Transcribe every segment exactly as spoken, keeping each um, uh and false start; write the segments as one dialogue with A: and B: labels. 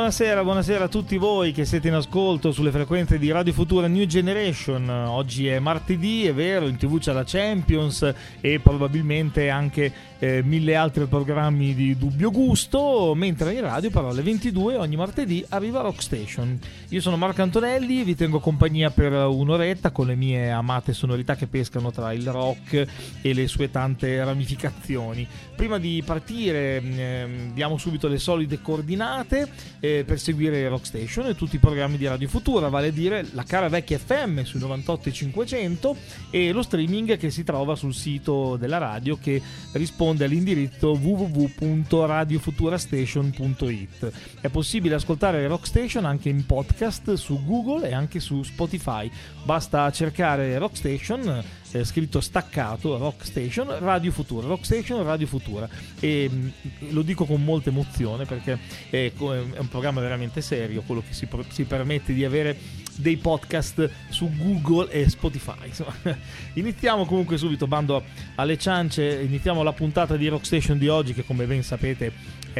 A: Buonasera, buonasera a tutti voi che siete in ascolto sulle frequenze di Radio Futura New Generation. Oggi è martedì, è vero, in tv c'è la Champions e probabilmente anche eh, mille altri programmi di dubbio gusto, mentre in radio però alle ventidue ogni martedì arriva Rock Station. Io sono Marco Antonelli, vi tengo compagnia per un'oretta con le mie amate sonorità che pescano tra il rock e le sue tante ramificazioni. Prima di partire eh, diamo subito le solite coordinate eh, per seguire Rock Station e tutti i programmi di Radio Futura, vale a dire la cara vecchia F M sui novantotto e cinquecento e lo streaming che si trova sul sito della radio che risponde all'indirizzo w w w punto radio futura station punto i t. È possibile ascoltare Rock Station anche in podcast su Google e anche su Spotify. Basta cercare Rock Station, eh, scritto staccato, Rock Station, Radio Futura, Rock Station, Radio Futura. E mh, lo dico con molta emozione perché è, è un programma veramente serio, quello che si, si permette di avere dei podcast su Google e Spotify. Insomma, iniziamo comunque subito, bando alle ciance, iniziamo la puntata di Rock Station di oggi che, come ben sapete,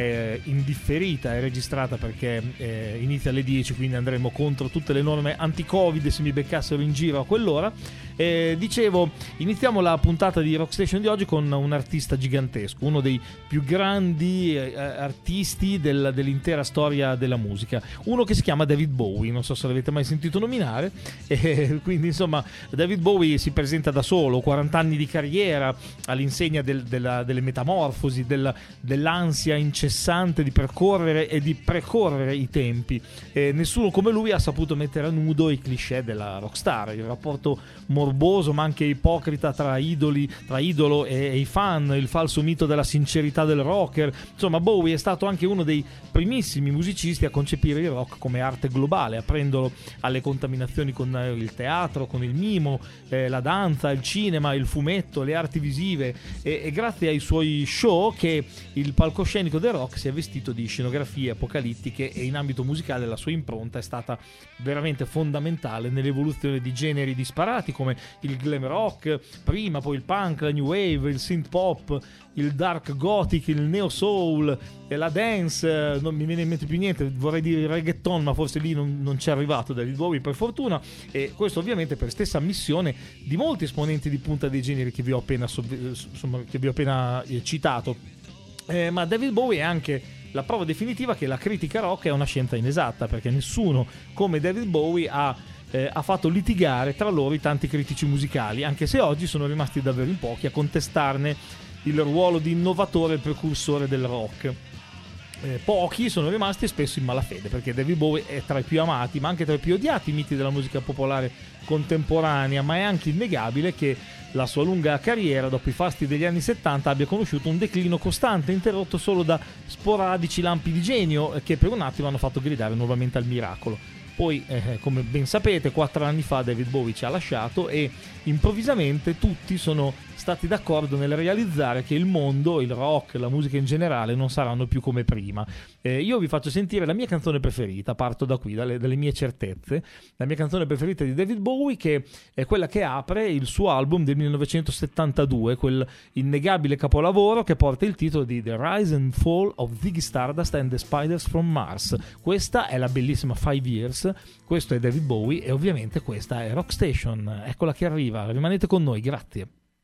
A: è indifferita, è registrata perché eh, inizia alle dieci, quindi andremo contro tutte le norme anti-Covid se mi beccassero in giro a quell'ora. Eh, dicevo, iniziamo la puntata di Rock Station di oggi con un artista gigantesco, uno dei più grandi eh, artisti del, dell'intera storia della musica, uno che si chiama David Bowie. Non so se l'avete mai sentito nominare, eh, quindi insomma David Bowie si presenta da solo, quaranta anni di carriera all'insegna del, della, delle metamorfosi, del, dell'ansia incessante di percorrere e di precorrere i tempi. Eh, nessuno come lui ha saputo mettere a nudo i cliché della rockstar, il rapporto morboso ma anche ipocrita tra idoli, tra idolo e, e i fan, il falso mito della sincerità del rocker. Insomma, Bowie è stato anche uno dei primissimi musicisti a concepire il rock come arte globale, aprendolo alle contaminazioni con il teatro, con il mimo, eh, la danza, il cinema, il fumetto, le arti visive, e, e grazie ai suoi show che il palcoscenico del rock si è vestito di scenografie apocalittiche, e in ambito musicale la sua impronta è stata veramente fondamentale nell'evoluzione di generi disparati come il glam rock, prima poi il punk, la new wave, il synth pop, il dark gothic, il neo soul, la dance, non mi viene in mente più niente, vorrei dire il reggaeton, ma forse lì non, non c'è arrivato David Bowie, per fortuna. E questo ovviamente per stessa missione di molti esponenti di punta dei generi che vi ho appena, insomma, che vi ho appena eh, citato. Eh, ma David Bowie è anche la prova definitiva che la critica rock è una scienza inesatta, perché nessuno come David Bowie ha Eh, ha fatto litigare tra loro i tanti critici musicali, anche se oggi sono rimasti davvero in pochi a contestarne il ruolo di innovatore e precursore del rock. Eh, pochi sono rimasti, spesso in malafede, perché David Bowie è tra i più amati ma anche tra i più odiati miti della musica popolare contemporanea, ma è anche innegabile che la sua lunga carriera dopo i fasti degli anni settanta abbia conosciuto un declino costante, interrotto solo da sporadici lampi di genio che per un attimo hanno fatto gridare nuovamente al miracolo. Poi, eh, come ben sapete, quattro anni fa David Bowie ci ha lasciato e improvvisamente tutti sono stati d'accordo nel realizzare che il mondo, il rock, la musica in generale non saranno più come prima. Eh, io vi faccio sentire la mia canzone preferita, parto da qui, dalle, dalle mie certezze. La mia canzone preferita di David Bowie, che è quella che apre il suo album del millenovecentosettantadue, quel innegabile capolavoro che porta il titolo di The Rise and Fall of Ziggy Stardust and the Spiders from Mars. Questa è la bellissima Five Years, questo è David Bowie e ovviamente questa è Rock Station. Eccola che arriva, rimanete con noi, grazie.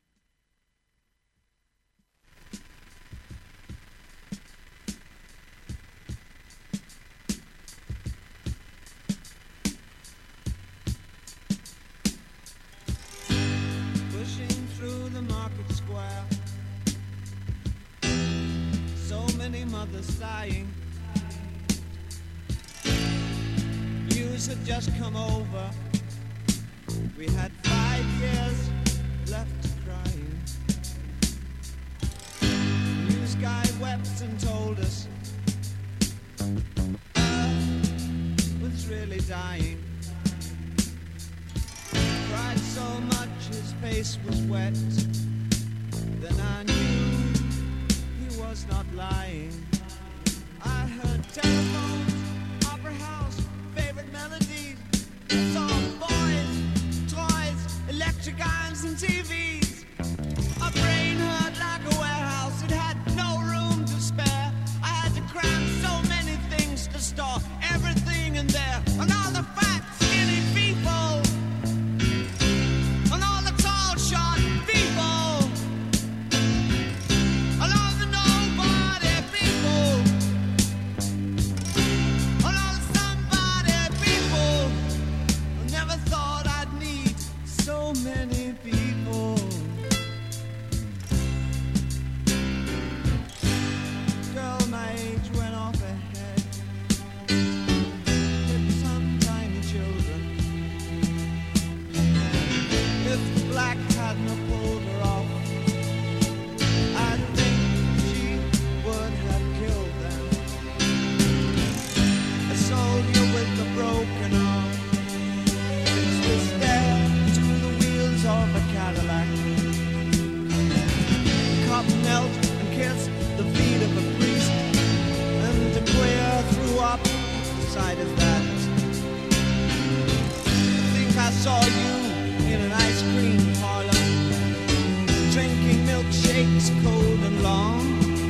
B: Mothers sighing. News had just come over. We had five years left crying. News guy wept and told us Earth was really dying. Cried so much his face was wet. Then I knew he was not lying. I heard telephones, opera house, favorite melodies. Saw boys, toys, electric irons and T Vs. A brain hurt like a warehouse, it had no room to spare. I had to cram so many things to store. was cold and long,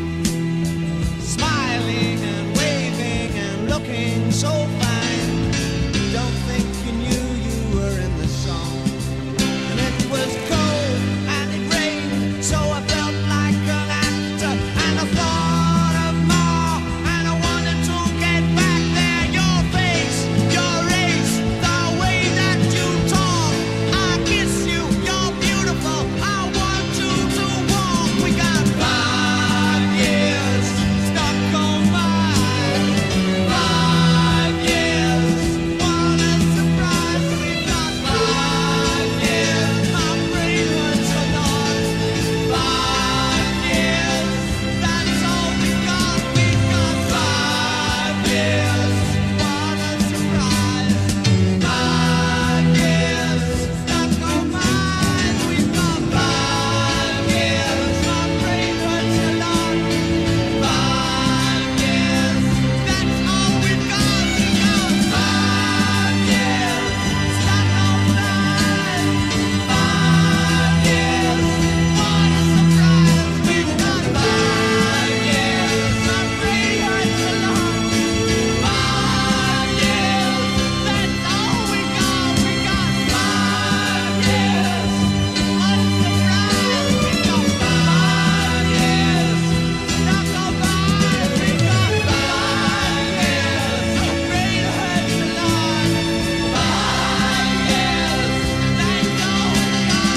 B: smiling and waving and looking so fine. Don't think you knew you were in the song. And it was cold and it rained, so I felt like an actor, and I thought of more, and I wanted to get back there. Your face, your race, the way that you talk, I kiss you, you're beautiful, I want you to walk. We got five years stuck on mine, five years, what a surprise. We've got five years, my brain hurts a lot. Five years, that's all we got. We've got five years, what a surprise. Five years stuck on mine. We've got five years, my brain hurts a lot. Five years, that's all we've got. We got five years stuck on mine. Five years, what a surprise. We've got five years, my brain hurts a lot. Five years, that's all we got. We got five years, what a surprise. We got five years stuck on mine. We got five years, my brain hurts a lot. Five years, that's all we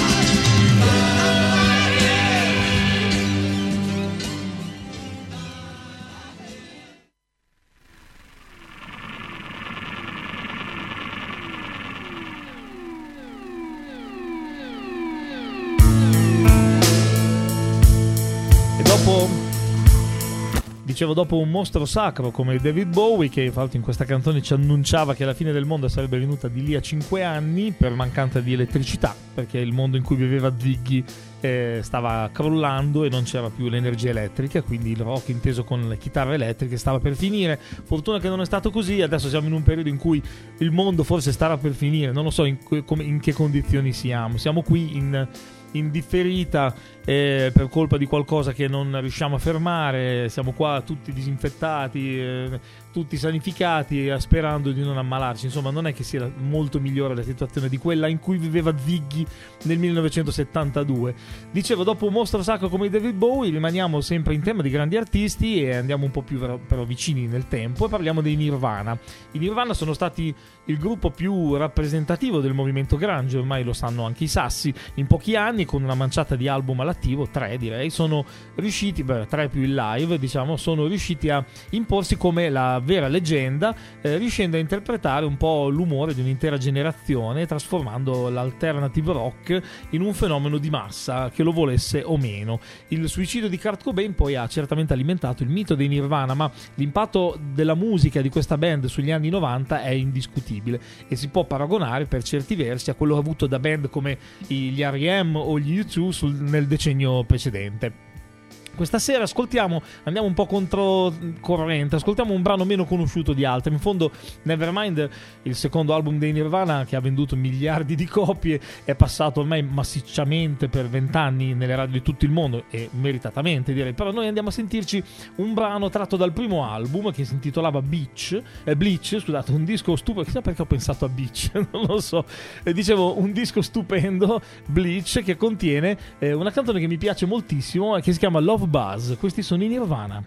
B: got. Five years.
A: E dopo, dicevo, dopo un mostro sacro come David Bowie, che infatti in questa canzone ci annunciava che la fine del mondo sarebbe venuta di lì a cinque anni per mancanza di elettricità, perché il mondo in cui viveva Ziggy eh, stava crollando e non c'era più l'energia elettrica, quindi il rock inteso con le chitarre elettriche stava per finire. Fortuna che non è stato così, adesso siamo in un periodo in cui il mondo forse starà per finire, non lo so in, come, in che condizioni siamo, siamo qui in... in differita eh, per colpa di qualcosa che non riusciamo a fermare, siamo qua tutti disinfettati, eh, tutti sanificati, eh, sperando di non ammalarci. Insomma, non è che sia molto migliore la situazione di quella in cui viveva Ziggy nel millenovecentosettantadue. Dicevo, dopo un mostro sacro come David Bowie rimaniamo sempre in tema di grandi artisti e andiamo un po' più però, però vicini nel tempo e parliamo dei Nirvana. I Nirvana sono stati il gruppo più rappresentativo del movimento grunge, ormai lo sanno anche i sassi. In pochi anni, con una manciata di album all'attivo, tre direi, sono riusciti, beh, tre più il live, diciamo, sono riusciti a imporsi come la vera leggenda, eh, riuscendo a interpretare un po' l'umore di un'intera generazione, trasformando l'alternative rock in un fenomeno di massa, che lo volesse o meno. Il suicidio di Kurt Cobain poi ha certamente alimentato il mito dei Nirvana, ma l'impatto della musica di questa band sugli anni novanta è indiscutibile e si può paragonare per certi versi a quello avuto da band come gli R E M o gli U due sul, nel decennio precedente. Questa sera ascoltiamo, andiamo un po' controcorrente, ascoltiamo un brano meno conosciuto di altri. In fondo Nevermind, il secondo album dei Nirvana, che ha venduto miliardi di copie, è passato ormai massicciamente per vent'anni nelle radio di tutto il mondo, e meritatamente direi. Però noi andiamo a sentirci un brano tratto dal primo album, che si intitolava Beach, eh, Bleach, scusate, un disco stupendo, chissà perché ho pensato a Beach, non lo so, eh, dicevo un disco stupendo, Bleach, che contiene eh, una canzone che mi piace moltissimo e che si chiama Love Buzz. Questi sono i Nirvana.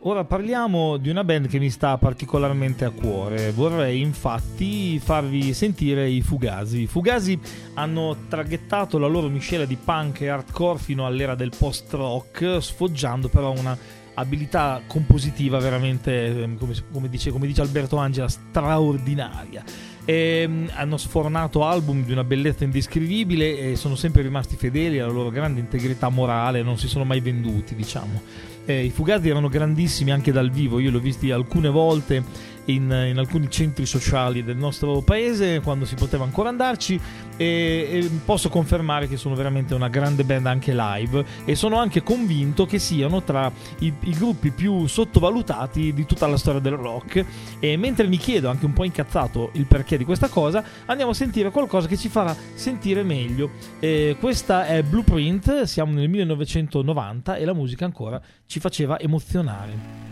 A: Ora parliamo di una band che mi sta particolarmente a cuore. Vorrei infatti farvi sentire i Fugazi. I Fugazi hanno traghettato la loro miscela di punk e hardcore fino all'era del post-rock, sfoggiando però una abilità compositiva veramente, come, come, dice, come dice Alberto Angela, straordinaria. E hanno sfornato album di una bellezza indescrivibile e sono sempre rimasti fedeli alla loro grande integrità morale, non si sono mai venduti, diciamo. Eh, I Fugazi erano grandissimi anche dal vivo, io li ho visti alcune volte in, in alcuni centri sociali del nostro paese quando si poteva ancora andarci, e, e posso confermare che sono veramente una grande band anche live, e sono anche convinto che siano tra i, i gruppi più sottovalutati di tutta la storia del rock. E mentre mi chiedo, anche un po' incazzato, il perché di questa cosa, andiamo a sentire qualcosa che ci farà sentire meglio. Eh, questa è Blueprint, siamo nel millenovecentonovanta e la musica ancora ci faceva emozionare.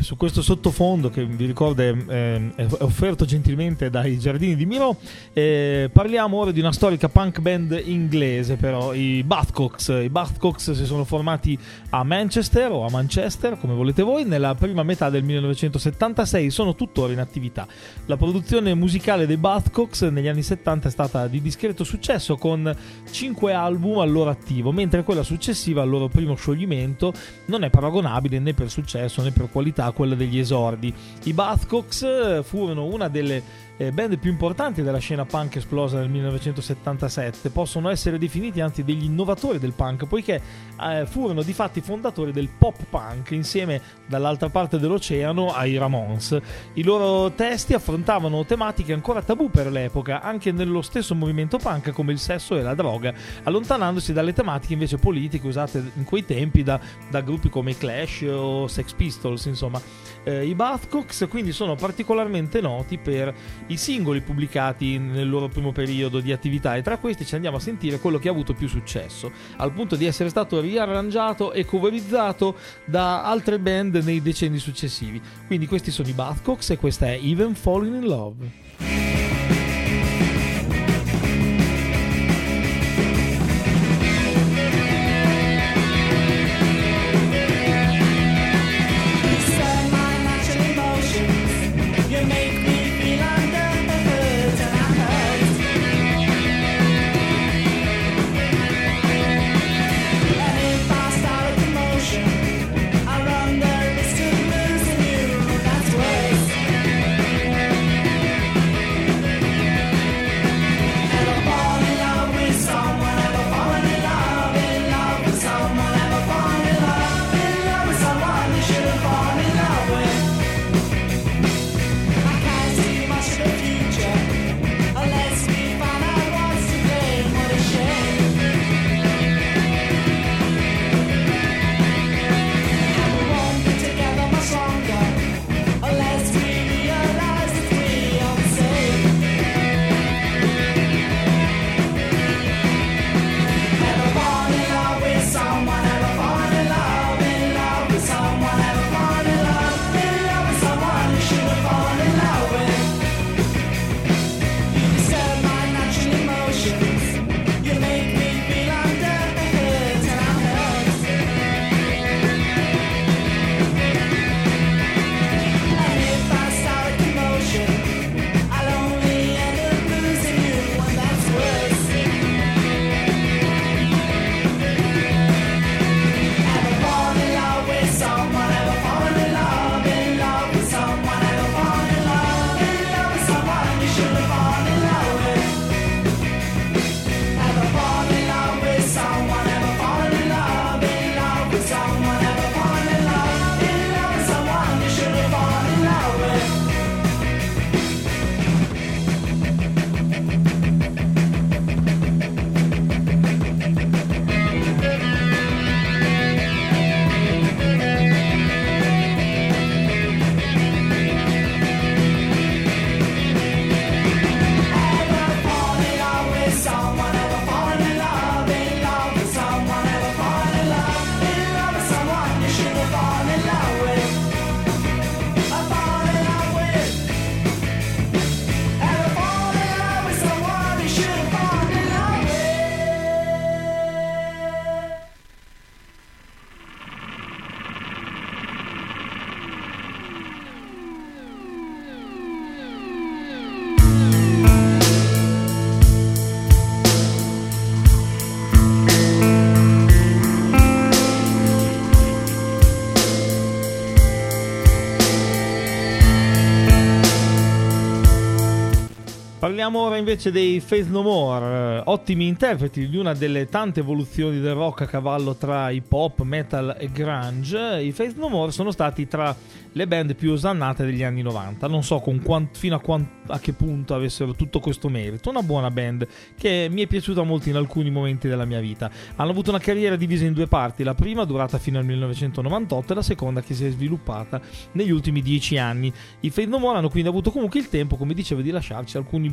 A: su questo sottofondo che vi ricordo è, è, è offerto gentilmente dai giardini di Miro, eh, parliamo ora di una storica punk band inglese, però i Buzzcocks. I Buzzcocks si sono formati a Manchester o a Manchester, come volete voi, nella prima metà del millenovecentosettantasei, sono tuttora in attività. La produzione musicale dei Buzzcocks negli anni settanta è stata di discreto successo, con cinque album al loro attivo, mentre quella successiva al loro primo scioglimento non è paragonabile né per successo né per qualità a quella degli esordi. I Buzzcocks furono una delle eh, band più importanti della scena punk esplosa nel millenovecentosettantasette. Possono essere definiti anzi degli innovatori del punk, poiché eh, furono di fatti fondatori del pop punk insieme dall'altra parte dell'oceano ai Ramones. I loro testi affrontavano tematiche ancora tabù per l'epoca, anche nello stesso movimento punk, come il sesso e la droga, allontanandosi dalle tematiche invece politiche usate in quei tempi da, da gruppi come i Clash o Sex Pistols. Insomma, eh, i Buzzcocks quindi sono particolarmente noti per i singoli pubblicati nel loro primo periodo di attività, e tra questi ci andiamo a sentire quello che ha avuto più successo, al punto di essere stato riarrangiato e coverizzato da altre band nei decenni successivi. Quindi questi sono i Buzzcocks e questa è Even Falling in Love. Parliamo ora invece dei Faith No More, ottimi interpreti di una delle tante evoluzioni del rock a cavallo tra hip hop, metal e grunge. I Faith No More sono stati tra le band più osannate degli anni novanta. Non so con quant- fino a, quant- a che punto avessero tutto questo merito. Una buona band che mi è piaciuta molto in alcuni momenti della mia vita. Hanno avuto una carriera divisa in due parti, la prima durata fino al millenovecentonovantotto e la seconda che si è sviluppata negli ultimi dieci anni. I Faith No More hanno quindi avuto comunque il tempo, come dicevo, di lasciarci alcuni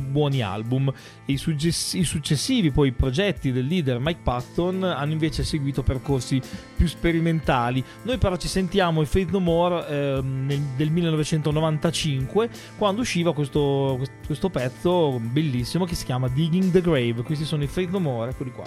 A: buoni album. I, suggess- i successivi poi progetti del leader Mike Patton hanno invece seguito percorsi più sperimentali. Noi però ci sentiamo i Faith No More eh, nel, del millenovecentonovantacinque, quando usciva questo, questo pezzo bellissimo che si chiama Digging the Grave. Questi sono i Faith No More, eccoli qua.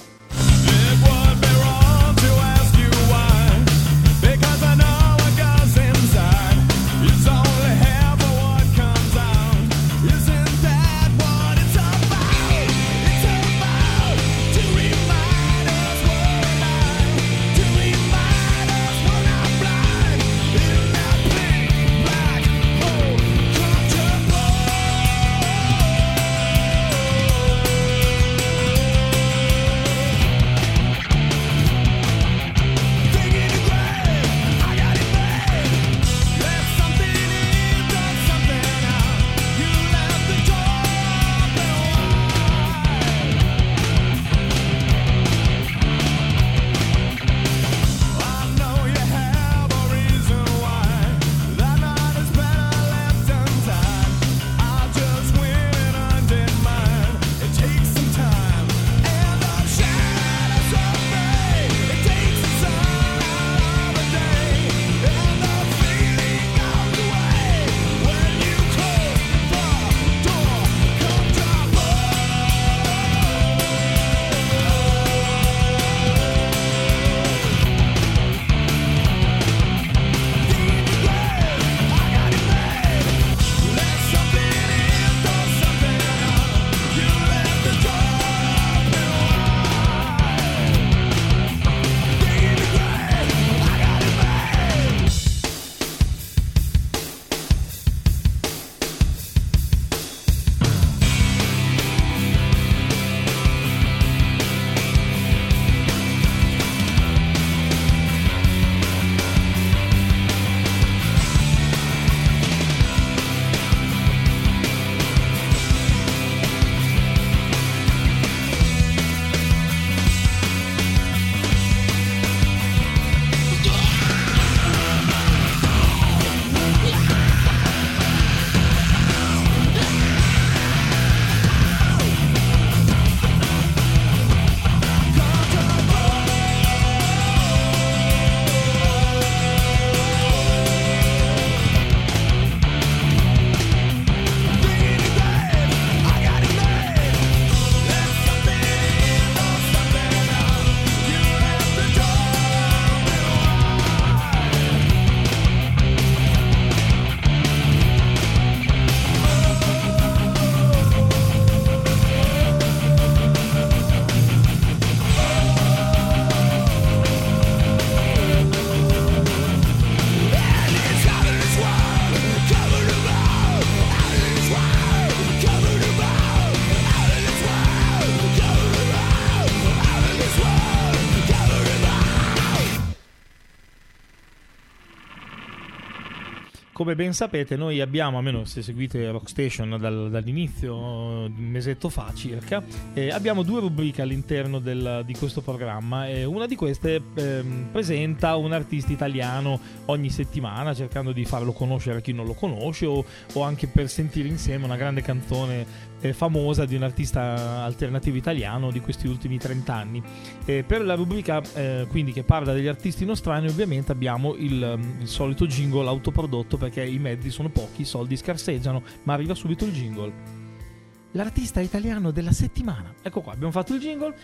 A: Come ben sapete, noi abbiamo, almeno se seguite Rockstation dal, dall'inizio, un mesetto fa circa, eh, abbiamo due rubriche all'interno del, di questo programma. E una di queste eh, presenta un artista italiano ogni settimana, cercando di farlo conoscere a chi non lo conosce, o, o anche per sentire insieme una grande canzone eh, famosa di un artista alternativo italiano di questi ultimi trent'anni. Eh, per la rubrica eh, quindi che parla degli artisti nostrani, ovviamente abbiamo il, il solito jingle autoprodotto, perché i mezzi sono pochi, i soldi scarseggiano, ma arriva subito il jingle. L'artista italiano della settimana. Ecco qua, abbiamo fatto il jingle.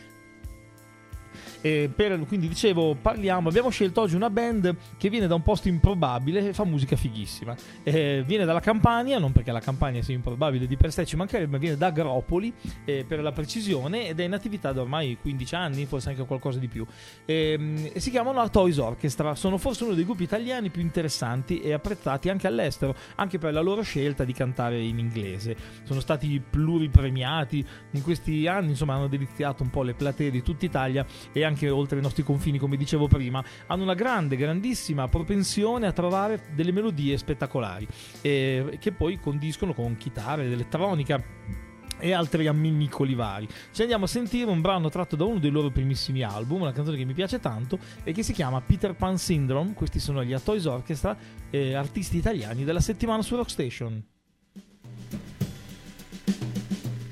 A: E per, quindi dicevo, parliamo, abbiamo scelto oggi una band che viene da un posto improbabile e fa musica fighissima. Eh, viene dalla Campania, non perché la Campania sia improbabile di per sé, ci mancherebbe, ma viene da Agropoli, eh, per la precisione, ed è in attività da ormai quindici anni, forse anche qualcosa di più. E, e si chiamano Toys Orchestra. Sono forse uno dei gruppi italiani più interessanti e apprezzati anche all'estero, anche per la loro scelta di cantare in inglese. Sono stati pluripremiati in questi anni, insomma hanno deliziato un po' le platee di tutta Italia e anche oltre i nostri confini, come dicevo prima. Hanno una grande, grandissima propensione a trovare delle melodie spettacolari, eh, che poi condiscono con chitarre, elettronica e altri amminicoli vari. Ci andiamo a sentire un brano tratto da uno dei loro primissimi album, una canzone che mi piace tanto e che si chiama Peter Pan Syndrome. Questi sono gli Toys Orchestra, eh, artisti italiani della settimana su Rockstation.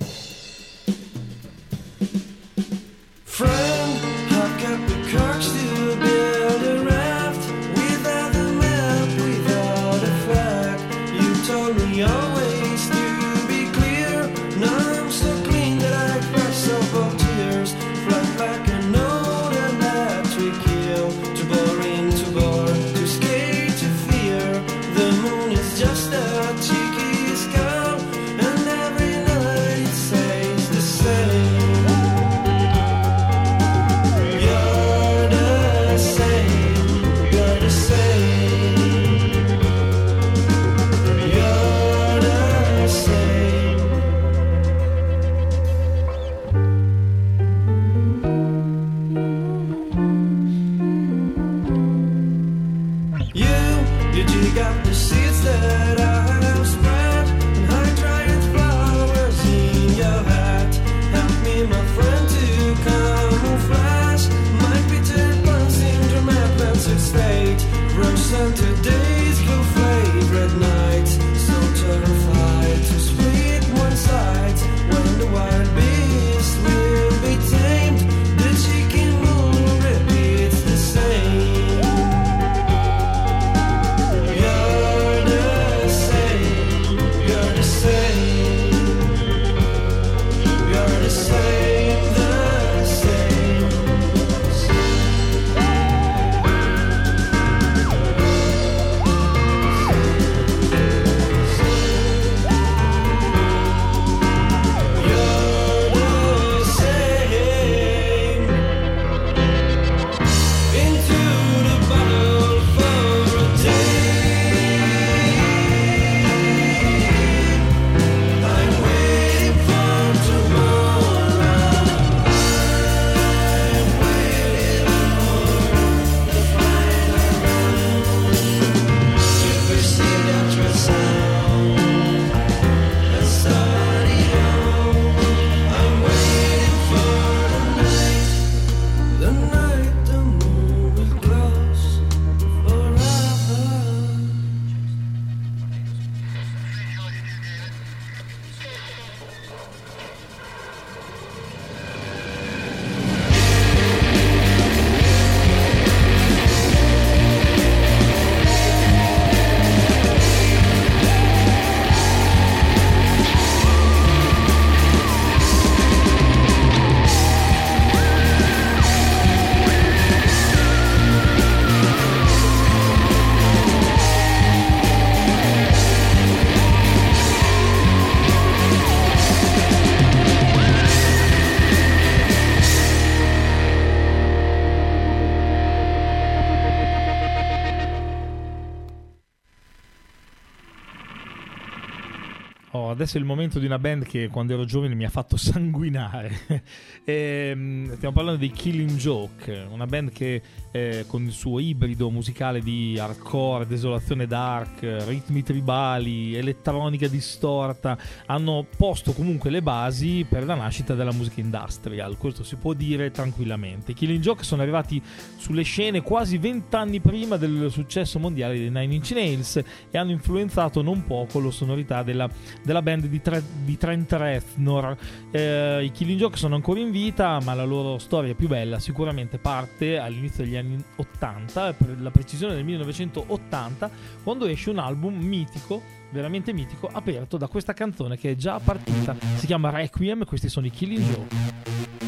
A: Oh, adesso è il momento di una band che quando ero giovane mi ha fatto sanguinare. e, stiamo parlando dei Killing Joke, una band che eh, con il suo ibrido musicale di hardcore, desolazione dark, ritmi tribali, elettronica distorta, hanno posto comunque le basi per la nascita della musica industrial, questo si può dire tranquillamente. I Killing Joke sono arrivati sulle scene quasi vent'anni prima del successo mondiale dei Nine Inch Nails e hanno influenzato non poco la sonorità della della band di, tre, di Trent Reznor. Eh, i Killing Joke sono ancora in vita, ma la loro storia più bella sicuramente parte all'inizio degli anni ottanta, per la precisione del millenovecentottanta, quando esce un album mitico, veramente mitico, aperto da questa canzone che è già partita, si chiama Requiem. Questi sono i Killing Joke.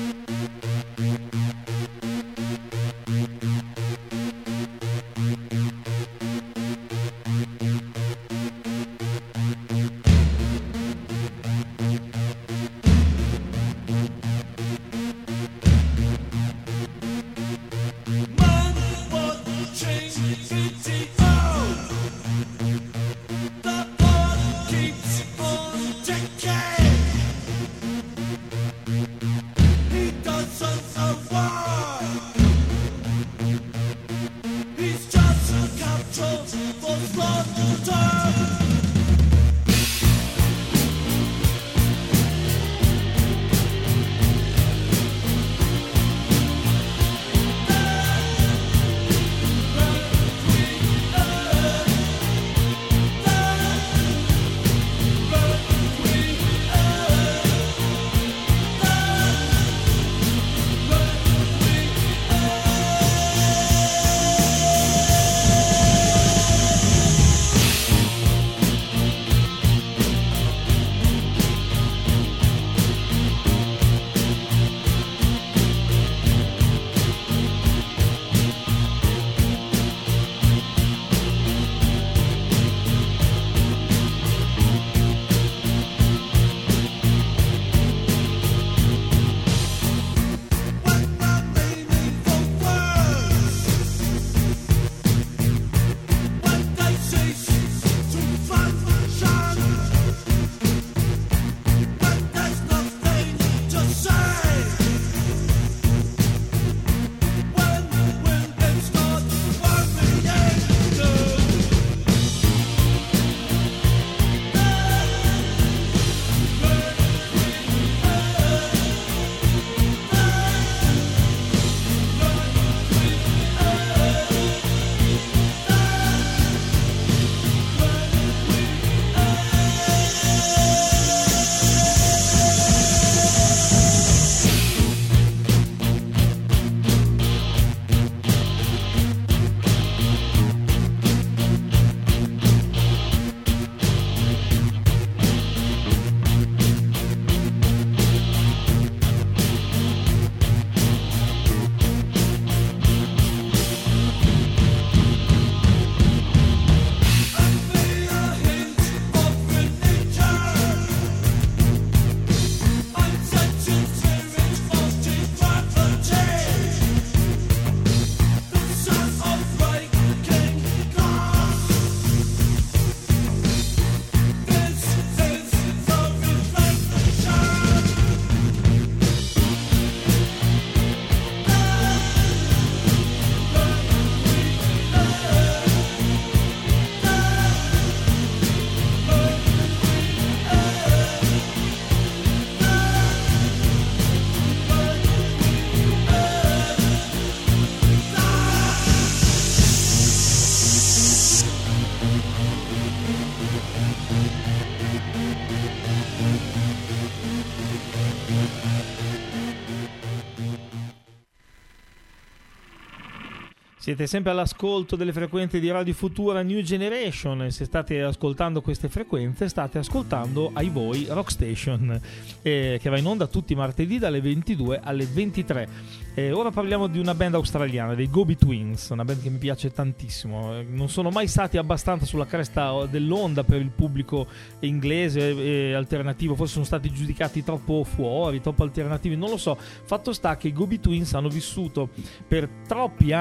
A: Siete sempre all'ascolto delle frequenze di Radio Futura New Generation e se state ascoltando queste frequenze state ascoltando ai voi Rock Station, eh, che va in onda tutti i martedì dalle ventidue alle ventitré. Eh, ora parliamo di una band australiana, dei Go Betweens, una band che mi piace tantissimo. Non sono mai stati abbastanza sulla cresta dell'onda per il pubblico inglese e alternativo, forse sono stati giudicati troppo fuori, troppo alternativi, non lo so. Fatto sta che i Go Betweens hanno vissuto per troppi anni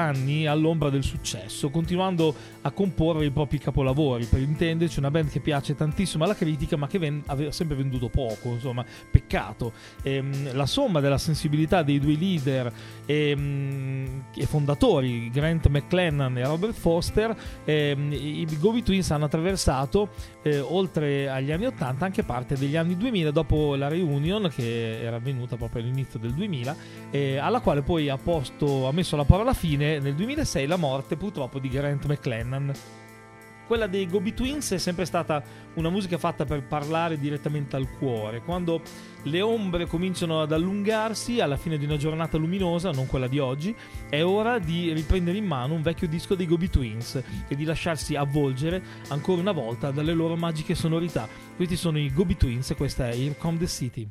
A: all'ombra del successo, continuando a comporre i propri capolavori. Per intenderci, una band che piace tantissimo alla critica ma che ven- aveva sempre venduto poco, insomma, peccato. Ehm, la somma della sensibilità dei due leader e, e fondatori, Grant McLennan e Robert Foster, ehm, i Go-Betweens hanno attraversato, eh, oltre agli anni ottanta, anche parte degli anni duemila, dopo la reunion che era avvenuta proprio all'inizio del duemila, eh, alla quale poi ha, posto, ha messo la parola fine nel duemilasei la morte purtroppo di Grant McLennan. Quella dei Go-Betweens è sempre stata una musica fatta per parlare direttamente al cuore. Quando le ombre cominciano ad allungarsi alla fine di una giornata luminosa, non quella di oggi, è ora di riprendere in mano un vecchio disco dei Go-Betweens e di lasciarsi avvolgere ancora una volta dalle loro magiche sonorità. Questi sono i Go-Betweens e questa è Here Come the City.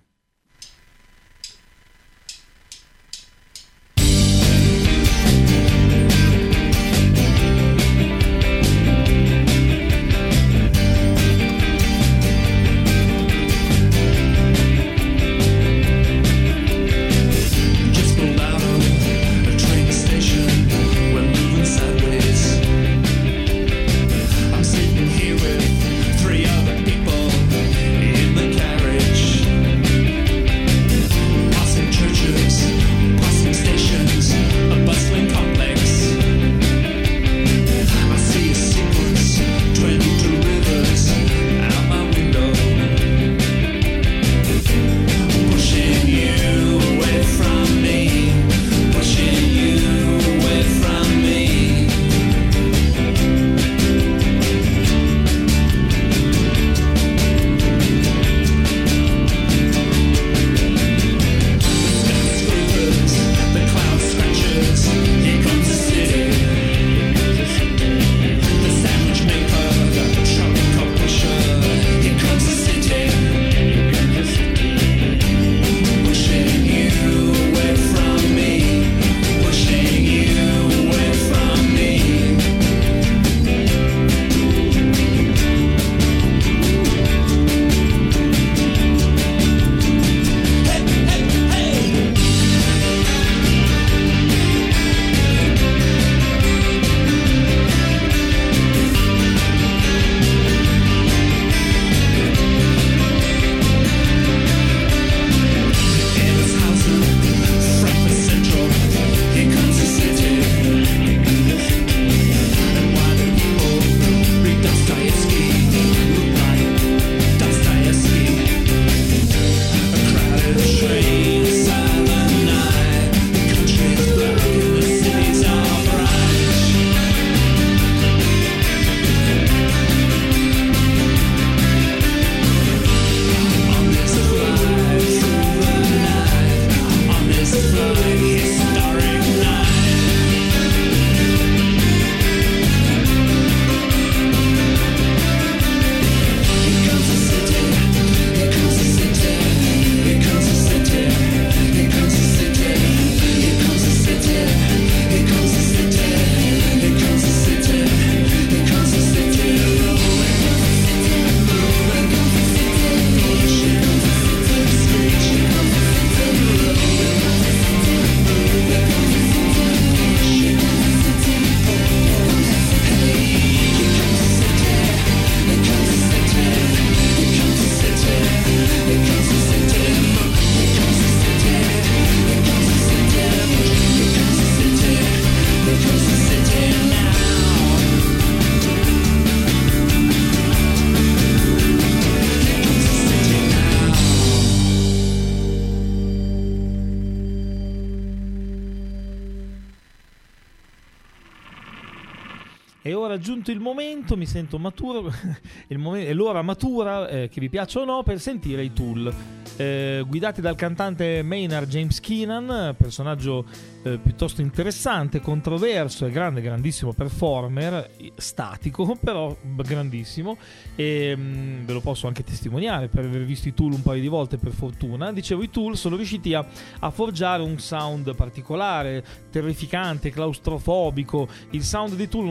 A: E ora giunto il momento, mi sento maturo, il momento, è l'ora matura, eh, che vi piaccia o no, per sentire i Tool, eh, guidati dal cantante Maynard James Keenan, personaggio eh, piuttosto interessante, controverso e grande, grandissimo performer, statico però grandissimo, e mh, ve lo posso anche testimoniare per aver visto i Tool un paio di volte, per fortuna. Dicevo, i Tool sono riusciti a, a forgiare un sound particolare, terrificante, claustrofobico. Il sound dei Tool non si limita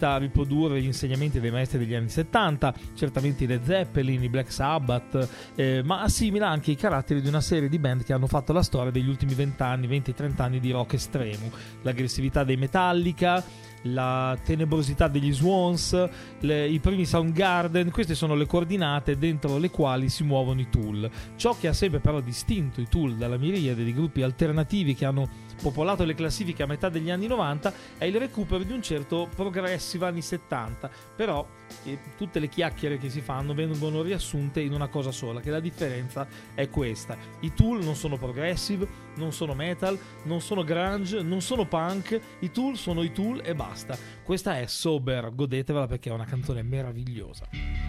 A: limita a riprodurre gli insegnamenti dei maestri degli anni settanta, certamente i Led Zeppelin, i Black Sabbath, eh, ma assimila anche i caratteri di una serie di band che hanno fatto la storia degli ultimi venti anni, venti trenta anni di rock estremo. L'aggressività dei Metallica, la tenebrosità degli Swans, le, i primi Soundgarden, queste sono le coordinate dentro le quali si muovono i Tool. Ciò che ha sempre però distinto i Tool dalla miriade di gruppi alternativi che hanno popolato le classifiche a metà degli anni novanta è il recupero di un certo progressive anni settanta, però eh, tutte le chiacchiere che si fanno vengono riassunte in una cosa sola, che la differenza è questa: i Tool non sono progressive, non sono metal, non sono grunge, non sono punk, i Tool sono i Tool e basta. Questa è Sober, godetevela perché è una canzone meravigliosa.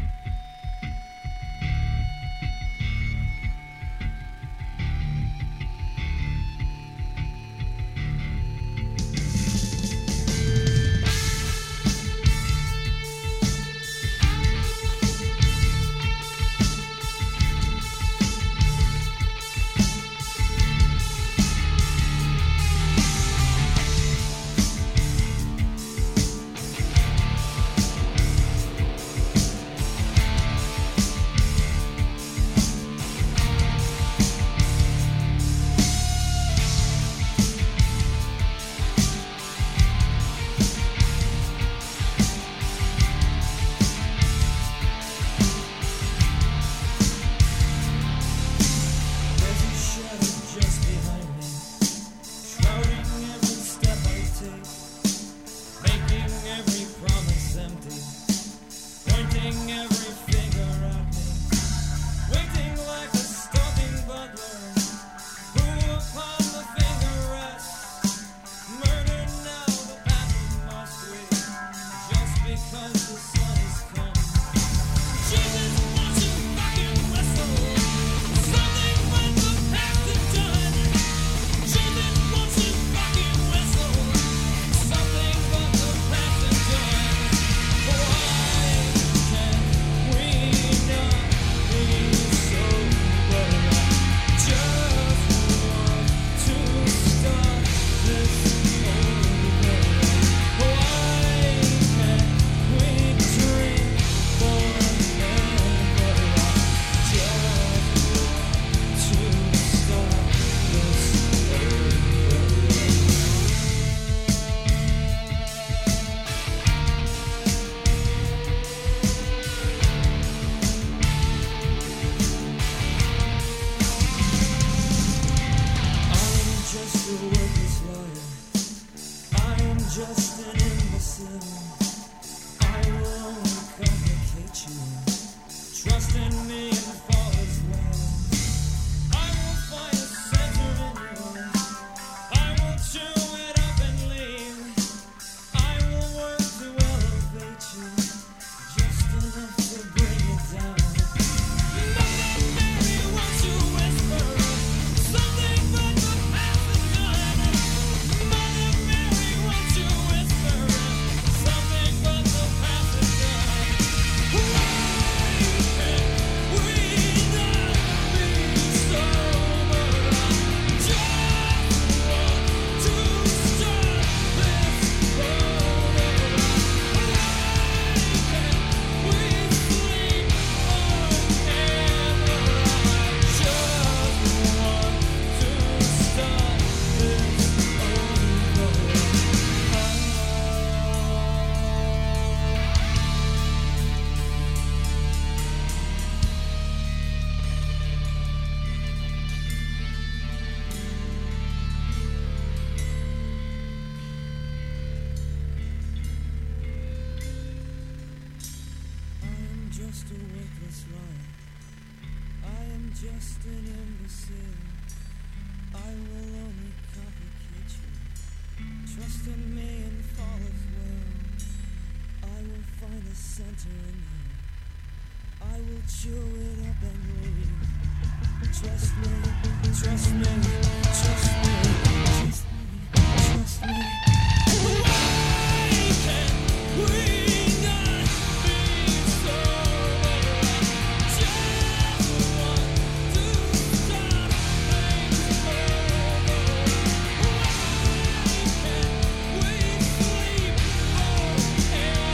B: just an imbecile. I will only complicate you. Trust in me and fall as well. I will find a center in you. I will chew it up and leave. Trust me, trust me, trust me, trust me, trust me. Why can't we? Yeah.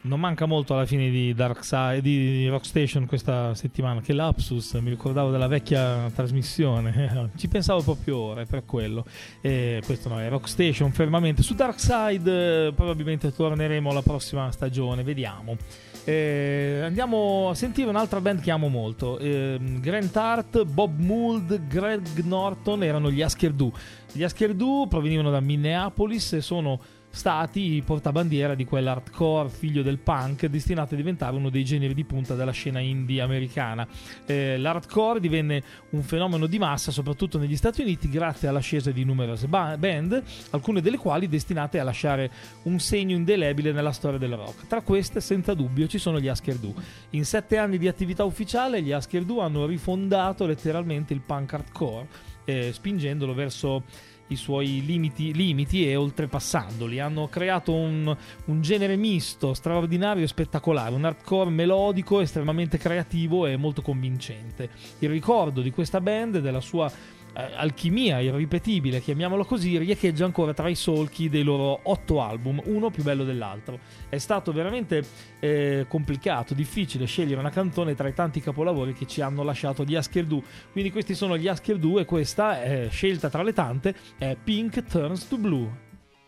A: Non manca molto alla fine di Dark Side, di Rock Station questa settimana. Che lapsus, mi ricordavo della vecchia trasmissione. Ci pensavo proprio ora, è per quello. E questo no, è Rock Station fermamente. Su Dark Side eh, probabilmente torneremo la prossima stagione, vediamo. Eh, andiamo a sentire un'altra band che amo molto. eh, Grant Hart, Bob Mould, Greg Norton erano gli Husker Du. Gli Husker Du provenivano da Minneapolis e sono stati i portabandiera di quell'hardcore figlio del punk destinato a diventare uno dei generi di punta della scena indie americana. Eh, l'hardcore divenne un fenomeno di massa soprattutto negli Stati Uniti grazie all'ascesa di numerose ba- band, alcune delle quali destinate a lasciare un segno indelebile nella storia del rock. Tra queste senza dubbio ci sono gli Husker Du. In sette anni di attività ufficiale gli Husker Du hanno rifondato letteralmente il punk hardcore, eh, spingendolo verso i suoi limiti, limiti e oltrepassandoli. Hanno creato un, un genere misto, straordinario e spettacolare, un hardcore melodico, estremamente creativo e molto convincente. Il ricordo di questa band e della sua eh, alchimia irripetibile, chiamiamolo così, riecheggia ancora tra i solchi dei loro otto album, uno più bello dell'altro. È stato veramente eh, complicato, difficile scegliere una canzone tra i tanti capolavori che ci hanno lasciato gli Husker Du. Quindi questi sono gli Husker Du e questa è scelta tra le tante, è Pink Turns to Blue.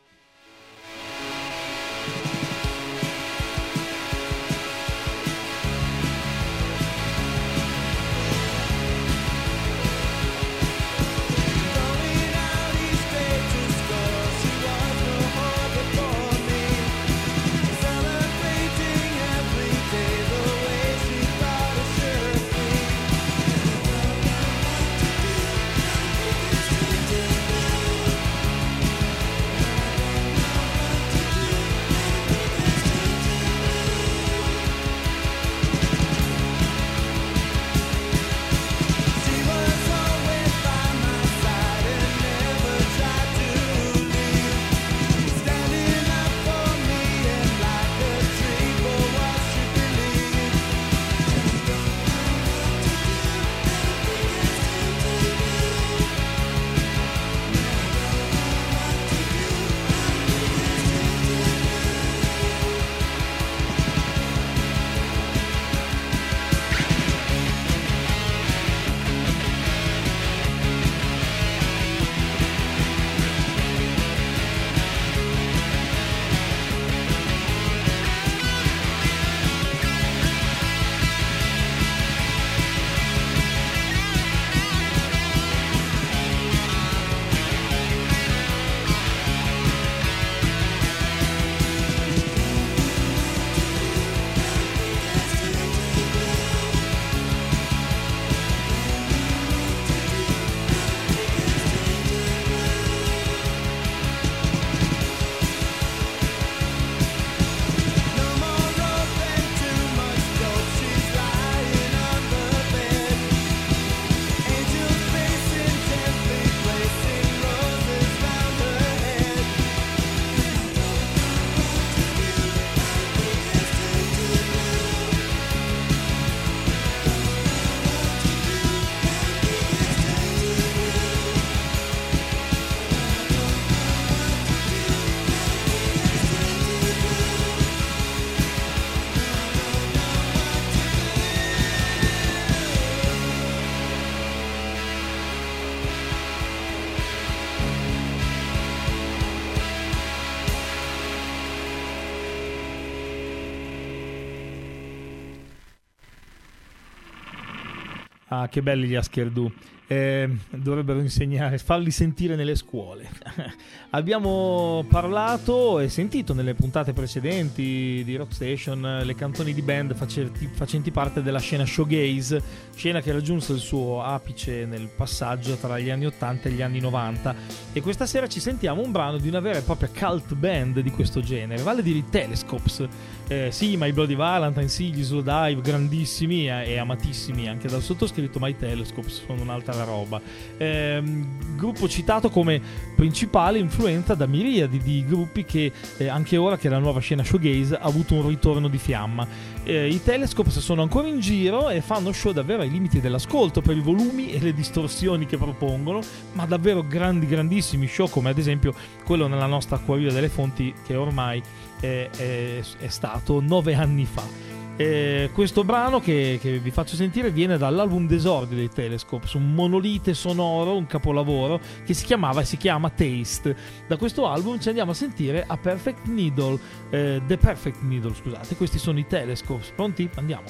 A: Ah, che belli gli Husker Du. Eh, dovrebbero insegnare, farli sentire nelle scuole. Abbiamo parlato e sentito nelle puntate precedenti di Rock Station le canzoni di band facenti, facenti parte della scena shoegaze, scena che raggiunse il suo apice nel passaggio tra gli anni ottanta e gli anni novanta, e questa sera ci sentiamo un brano di una vera e propria cult band di questo genere, vale a dire i Telescopes. Eh, sì, My Bloody Valentine, sì, gli Slowdive, grandissimi eh, e amatissimi anche dal sottoscritto, ma i Telescopes sono un'altra roba. Eh, gruppo citato come principale influenza da miriadi di gruppi che eh, anche ora che la nuova scena shoegaze ha avuto un ritorno di fiamma. Eh, i Telescopes sono ancora in giro e fanno show davvero ai limiti dell'ascolto per i volumi e le distorsioni che propongono, ma davvero grandi, grandissimi show, come ad esempio quello nella nostra Acquaria delle Fonti, che ormai eh, è, è stato nove anni fa. Eh, questo brano che, che vi faccio sentire viene dall'album d'esordio dei Telescopes, un monolite sonoro, un capolavoro che si chiamava e si chiama Taste. Da questo album ci andiamo a sentire a Perfect Needle, eh, The Perfect Needle, scusate. Questi sono i Telescopes. Pronti? Andiamo.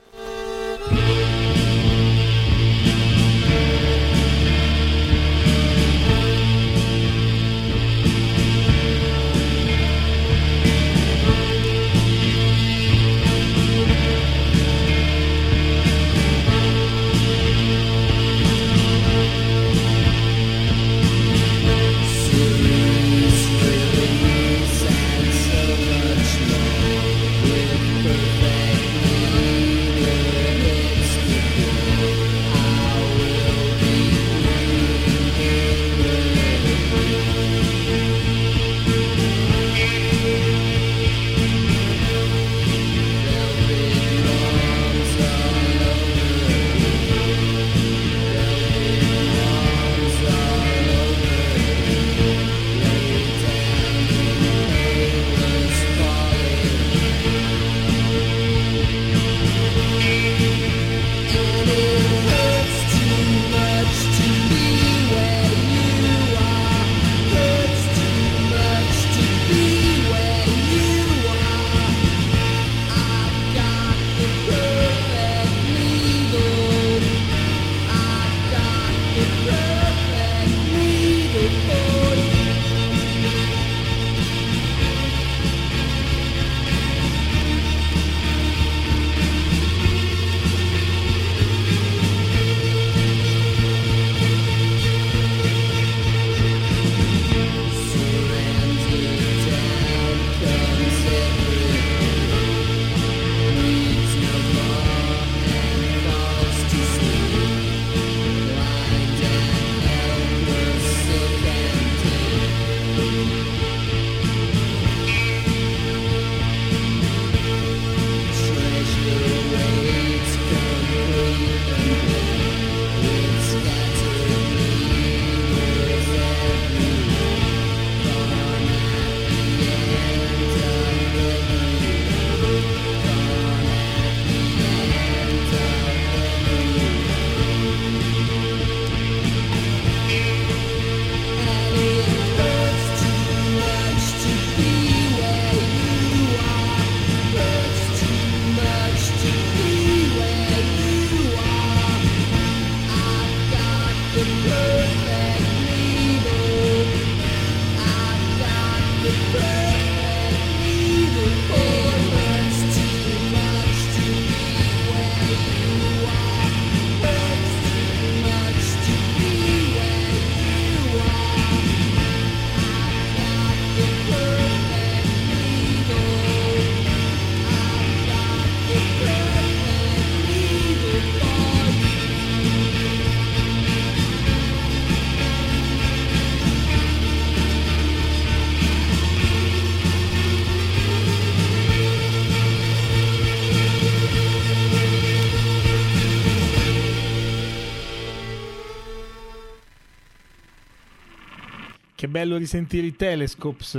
A: Che bello risentire i Telescopes.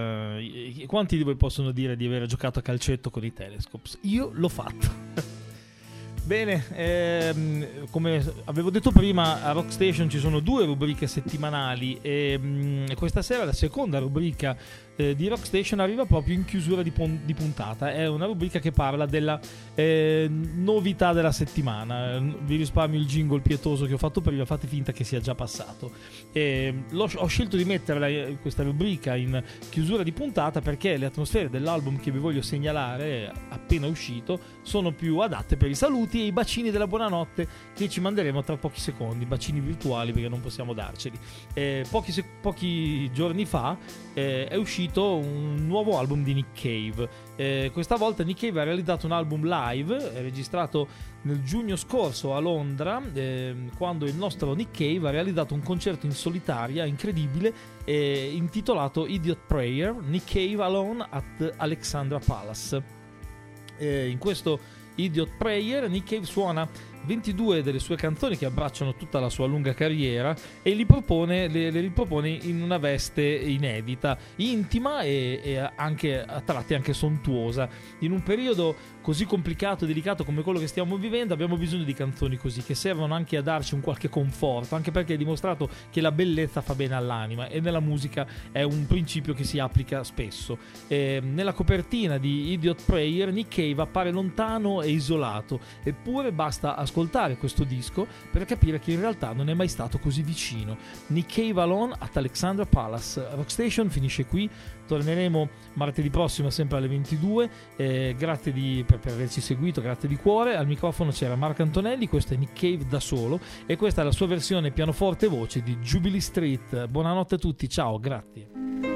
A: Eh, quanti di voi possono dire di aver giocato a calcetto con i Telescopes? Io l'ho fatto. Bene, ehm, come avevo detto prima, a Rock Station ci sono due rubriche settimanali e mh, questa sera la seconda rubrica eh, di Rock Station arriva proprio in chiusura di, pon- di puntata. È una rubrica che parla della eh, novità della settimana. Vi risparmio il jingle pietoso che ho fatto prima, fate finta che sia già passato. E l'ho, ho scelto di metterla questa rubrica in chiusura di puntata perché le atmosfere dell'album che vi voglio segnalare appena uscito sono più adatte per i saluti e i bacini della buonanotte che ci manderemo tra pochi secondi, bacini virtuali perché non possiamo darceli. Eh, pochi, se- pochi giorni fa eh, è uscito un nuovo album di Nick Cave. Eh, questa volta Nick Cave ha realizzato un album live, è registrato nel giugno scorso a Londra, eh, quando il nostro Nick Cave ha realizzato un concerto in solitaria incredibile eh, intitolato Idiot Prayer, Nick Cave Alone at Alexandra Palace. Eh, in questo Idiot Prayer Nick Cave suona ventidue delle sue canzoni che abbracciano tutta la sua lunga carriera e li propone, le, le ripropone in una veste inedita, intima e, e anche a tratti anche sontuosa. In un periodo così complicato e delicato come quello che stiamo vivendo abbiamo bisogno di canzoni così, che servono anche a darci un qualche conforto, anche perché è dimostrato che la bellezza fa bene all'anima e nella musica è un principio che si applica spesso. E nella copertina di Idiot Prayer Nick Cave appare lontano e isolato, eppure basta ascoltare questo disco per capire che in realtà non è mai stato così vicino. Nick Cave Alone at Alexandra Palace. Rockstation finisce qui, torneremo martedì prossimo sempre alle ventidue. Eh, grazie di, per, per averci seguito, grazie di cuore. Al microfono c'era Marco Antonelli, questo è Nick Cave da solo e questa è la sua versione pianoforte e voce di Jubilee Street. Buonanotte a tutti, ciao, grazie.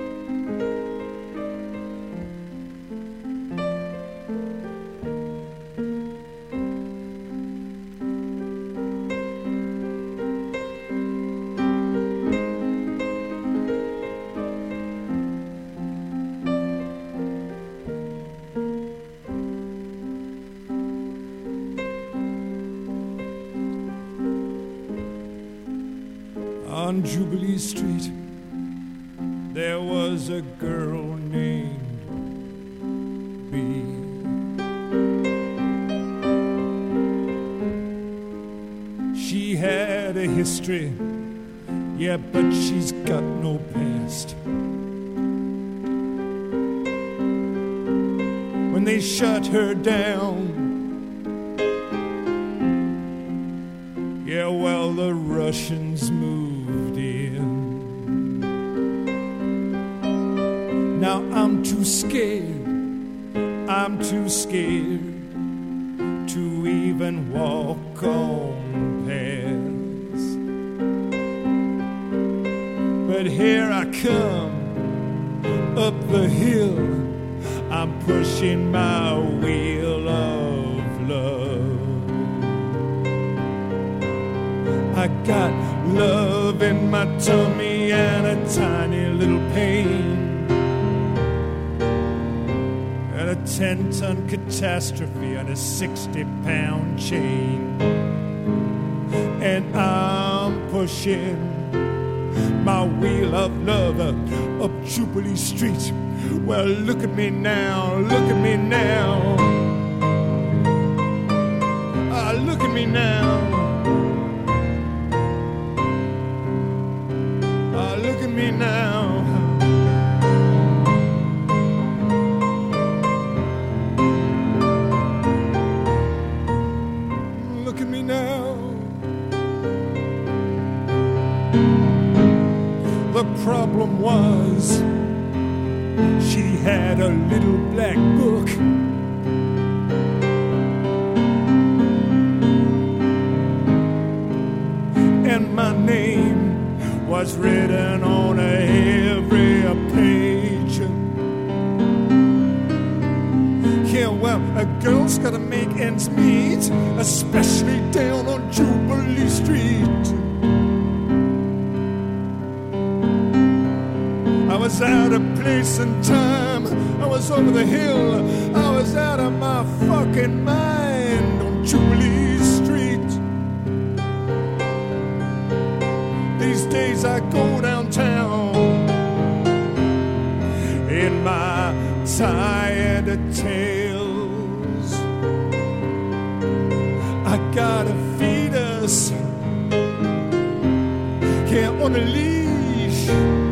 C: On Jubilee Street, there was a girl named Bee. She had a history, yeah, but she's got no past. When they shut her down, yeah, well, the Russians moved in. Now I'm too scared, I'm too scared to even walk on past. But here I come, up the hill, I'm pushing my wheel of love. I got love in my tummy and a tiny little pain, and a ten-ton catastrophe on a sixty-pound chain. And I'm pushing my wheel of love up Jubilee Street. Well, look at me now, look at me now. Ah, look at me now. Ah, look at me now. Look at me now. The problem was she had a little black book, and my name was written on every page. Yeah, well, a girl's gotta make ends meet, especially down on Jubilee Street. I was out of place and time, I was over the hill, I was out of my fucking mind on Jubilee Street. These days I go downtown in my tired tails. I got a fetus, yeah, on a leash.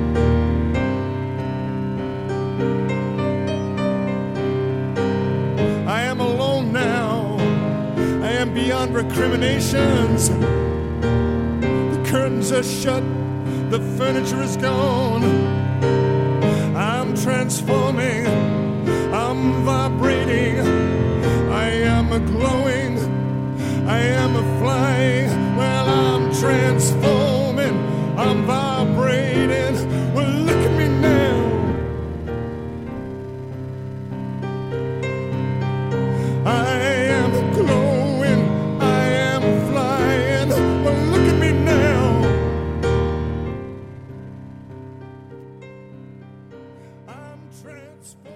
C: Beyond recriminations, the curtains are shut, the furniture is gone. I'm transforming, I'm vibrating, I am a glowing, I am a flying. Well, I'm transforming, I'm vibrating. Well, look at me now. I am glowing, transform.